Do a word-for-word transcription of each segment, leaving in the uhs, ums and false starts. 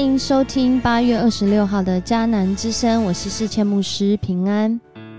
欢迎收听八月二十六号的迦南之声，我是世谦牧师平安。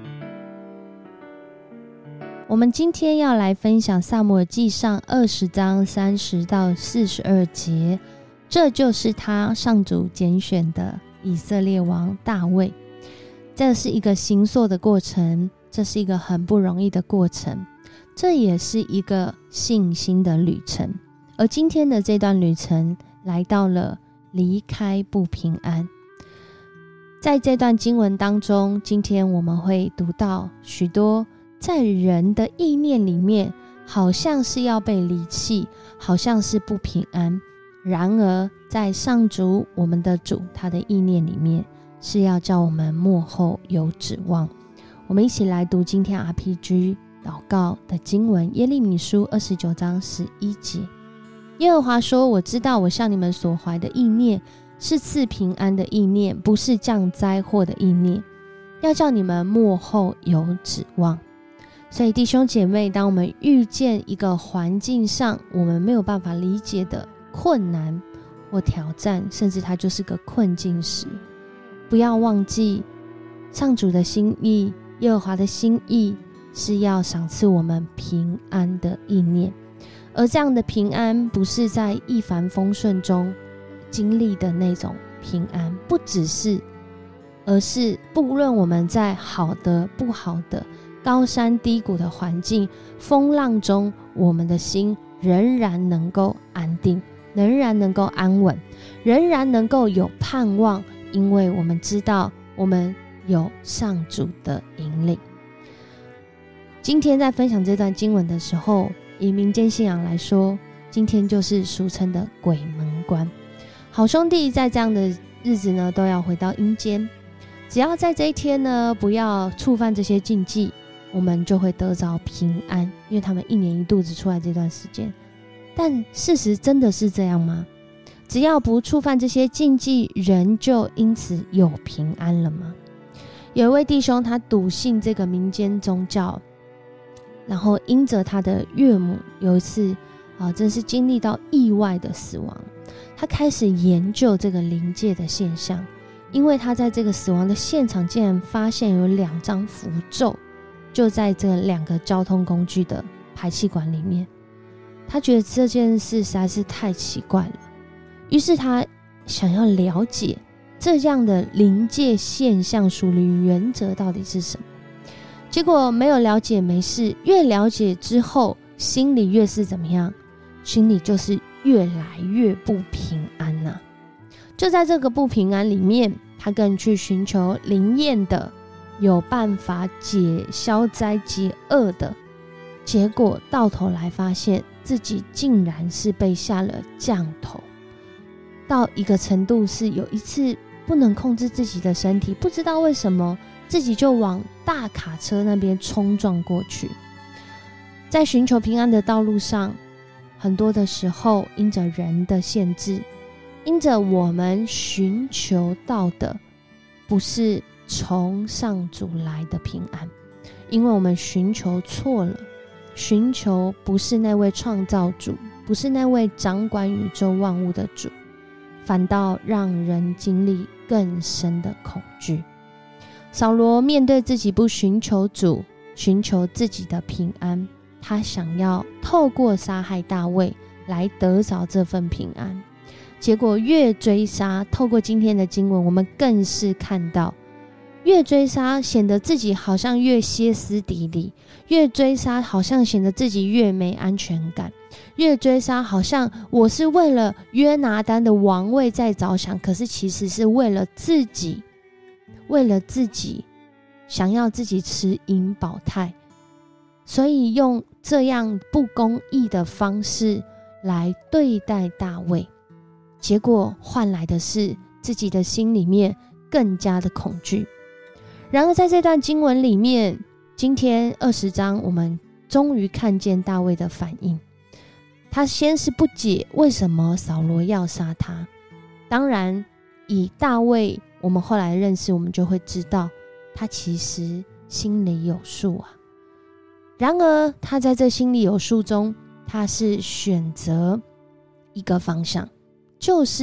我们今天要来分享撒母耳记上二十章三十到四十二节，这就是他上主拣选的以色列王大卫。这是一个形塑的过程，这是一个很不容易的过程，这也是一个信心的旅程。而今天的这段旅程来到了离开不平安。在这段经文当中，今天我们会读到许多在人的意念里面好像是要被离弃，好像是不平安，然而在上主我们的主他的意念里面是要叫我们末后有指望。我们一起来读今天 R P G 祷告的经文，耶利米书二十九章十一节。耶和华说，我知道我向你们所怀的意念是赐平安的意念，不是降灾祸的意念，要叫你们末后有指望。所以弟兄姐妹，当我们遇见一个环境上我们没有办法理解的困难或挑战，甚至它就是个困境时，不要忘记上主的心意，耶和华的心意是要赏赐我们平安的意念。而这样的平安不是在一帆风顺中经历的那种平安，不只是，而是不论我们在好的不好的高山低谷的环境风浪中，我们的心仍然能够安定，仍然能够安稳，仍然能够有盼望，因为我们知道我们有上主的引领。今天在分享这段经文的时候，以民间信仰来说，今天就是俗称的鬼门关。好兄弟在这样的日子呢，都要回到阴间。只要在这一天呢，不要触犯这些禁忌，我们就会得着平安，因为他们一年一度只出来这段时间。但事实真的是这样吗？只要不触犯这些禁忌，人就因此有平安了吗？有一位弟兄，他笃信这个民间宗教，然后因着他的岳母有一次啊，真是经历到意外的死亡，他开始研究这个灵界的现象，因为他在这个死亡的现场竟然发现有两张符咒，就在这两个交通工具的排气管里面。他觉得这件事实在是太奇怪了，于是他想要了解这样的灵界现象属灵原则到底是什么。结果没有了解没事，越了解之后心里越是怎么样？心里就是越来越不平安啊。就在这个不平安里面，他更去寻求灵验的有办法解消灾解厄的，结果到头来发现自己竟然是被下了降头，到一个程度是有一次不能控制自己的身体，不知道为什么自己就往大卡车那边冲撞过去。在寻求平安的道路上，很多的时候因着人的限制，因着我们寻求到的不是从上主来的平安，因为我们寻求错了，寻求不是那位创造主，不是那位掌管宇宙万物的主，反倒让人经历更深的恐惧。扫罗面对自己不寻求主，寻求自己的平安，他想要透过杀害大卫来得着这份平安，结果越追杀，透过今天的经文我们更是看到，越追杀显得自己好像越歇斯底里，越追杀好像显得自己越没安全感，越追杀好像我是为了约拿单的王位在着想，可是其实是为了自己，为了自己想要自己持盈保泰，所以用这样不公义的方式来对待大卫，结果换来的是自己的心里面更加的恐惧。然而在这段经文里面，今天二十章我们终于看见大卫的反应。他先是不解为什么扫罗要杀他，当然以大卫我们后来认识，我们就会知道他其实心里有数啊。然而他在这心里有数中，他是选择一个方向，就是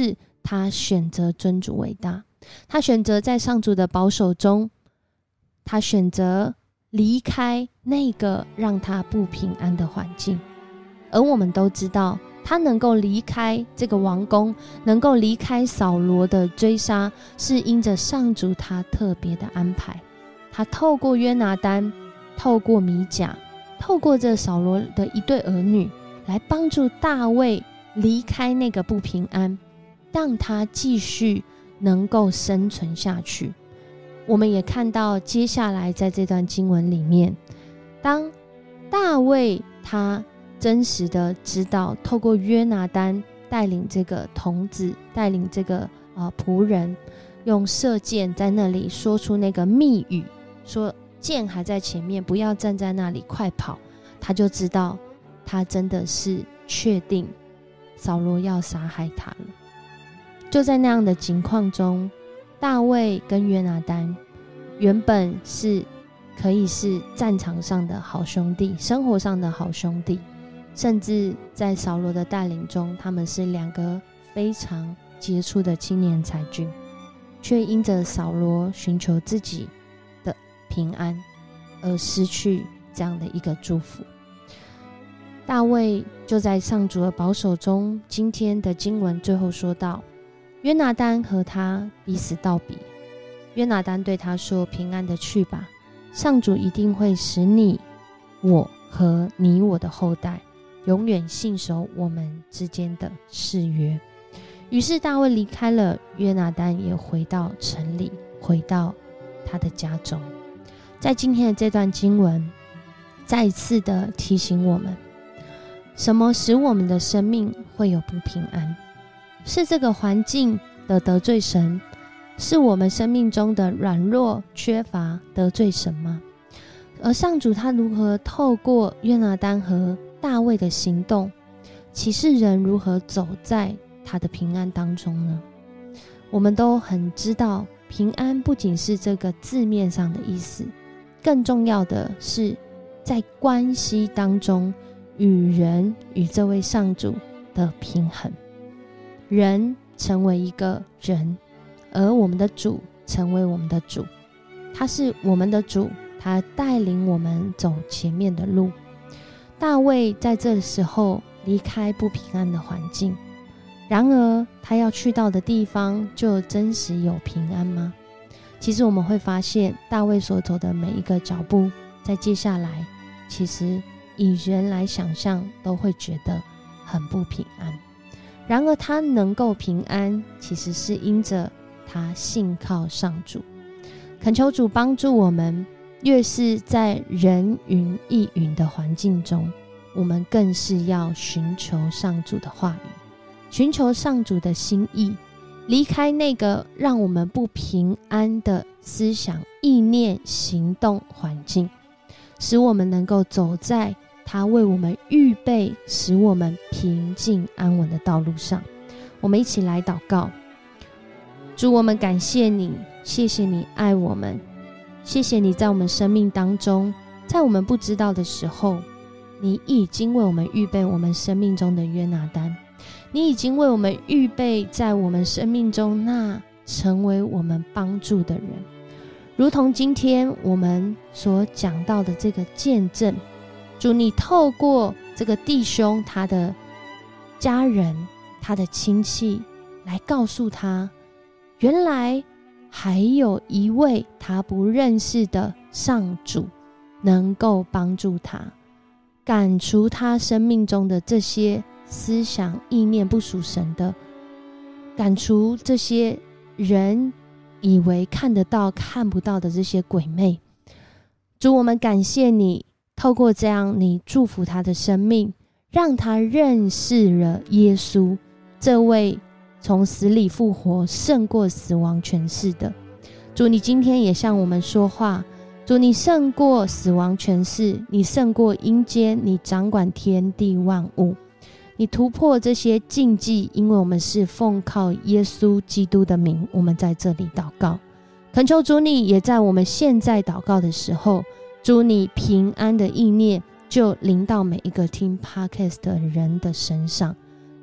他选择尊主为大，他选择在上主的保守中，他选择离开那个让他不平安的环境。而我们都知道，他能够离开这个王宫，能够离开扫罗的追杀，是因着上主他特别的安排。他透过约拿单，透过米甲，透过这扫罗的一对儿女，来帮助大卫离开那个不平安，让他继续能够生存下去。我们也看到接下来在这段经文里面，当大卫他真实的知道，透过约拿单带领这个童子，带领这个呃仆人，用射箭在那里说出那个密语，说箭还在前面，不要站在那里，快跑。他就知道他真的是确定扫罗要杀害他了。就在那样的情况中，大卫跟约拿单原本是可以是战场上的好兄弟，生活上的好兄弟，甚至在扫罗的带领中，他们是两个非常杰出的青年才俊，却因着扫罗寻求自己的平安而失去这样的一个祝福。大卫就在上主的保守中，今天的经文最后说到，约拿单和他彼此道别，约拿单对他说，平安的去吧，上主一定会使你我和你我的后代永远信守我们之间的誓约。于是大卫离开了，约拿单也回到城里，回到他的家中。在今天的这段经文再一次的提醒我们，什么使我们的生命会有不平安？是这个环境的得罪神？是我们生命中的软弱缺乏得罪神吗？而上主他如何透过约拿单和大卫的行动，启示人如何走在他的平安当中呢？我们都很知道，平安不仅是这个字面上的意思，更重要的是在关系当中与人与这位上主的平衡。人成为一个人，而我们的主成为我们的主，他是我们的主，他带领我们走前面的路。大卫在这时候离开不平安的环境，然而他要去到的地方就真实有平安吗？其实我们会发现，大卫所走的每一个脚步，在接下来其实以人来想象都会觉得很不平安。然而他能够平安，其实是因着他信靠上主。恳求主帮助我们，越是在人云亦云的环境中，我们更是要寻求上主的话语，寻求上主的心意，离开那个让我们不平安的思想、意念、行动环境，使我们能够走在他为我们预备使我们平静安稳的道路上。我们一起来祷告。主，我们感谢你，谢谢你爱我们，谢谢你在我们生命当中，在我们不知道的时候，你已经为我们预备我们生命中的约拿单，你已经为我们预备在我们生命中那成为我们帮助的人。如同今天我们所讲到的这个见证，主，你透过这个弟兄他的家人他的亲戚来告诉他，原来还有一位他不认识的上主能够帮助他赶除他生命中的这些思想意念不属神的，赶除这些人以为看得到看不到的这些鬼魅。主，我们感谢你，透过这样你祝福他的生命，让他认识了耶稣，这位从死里复活胜过死亡权势的主。你今天也向我们说话，主，你胜过死亡权势，你胜过阴间，你掌管天地万物，你突破这些禁忌，因为我们是奉靠耶稣基督的名，我们在这里祷告，恳求主你也在我们现在祷告的时候，主你平安的意念就临到每一个听 Podcast 的人的身上，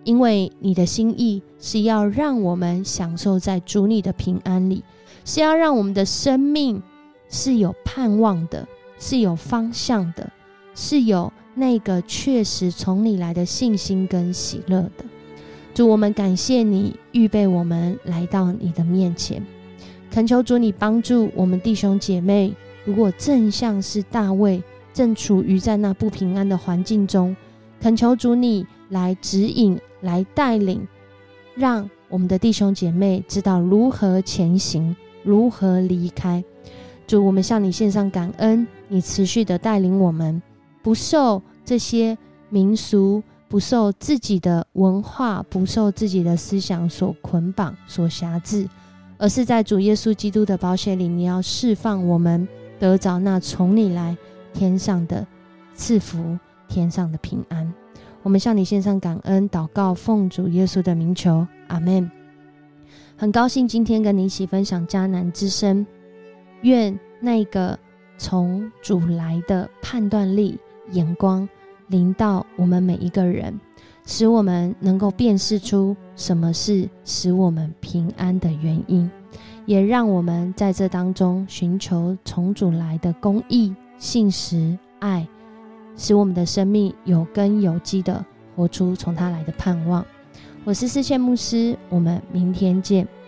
因为你的心意是要让我们享受在主你的平安里，是要让我们的生命是有盼望的，是有方向的，是有那个确实从你来的信心跟喜乐的。主，我们感谢你预备我们来到你的面前，恳求主你帮助我们弟兄姐妹，如果正像是大卫正处于在那不平安的环境中，恳求主你来指引，来带领，让我们的弟兄姐妹知道如何前行，如何离开。主，我们向你献上感恩，你持续的带领我们，不受这些民俗，不受自己的文化，不受自己的思想所捆绑，所辖制，而是在主耶稣基督的宝血里，你要释放我们，得着那从你来天上的赐福，天上的平安。我们向你献上感恩，祷告奉主耶稣的名求，阿们。很高兴今天跟你一起分享迦南之声，愿那个从主来的判断力、眼光临到我们每一个人，使我们能够辨识出什么是使我们平安的原因，也让我们在这当中寻求从主来的公义、信实、爱，使我们的生命有根有基的活出从他来的盼望。我是思宪牧师，我们明天见。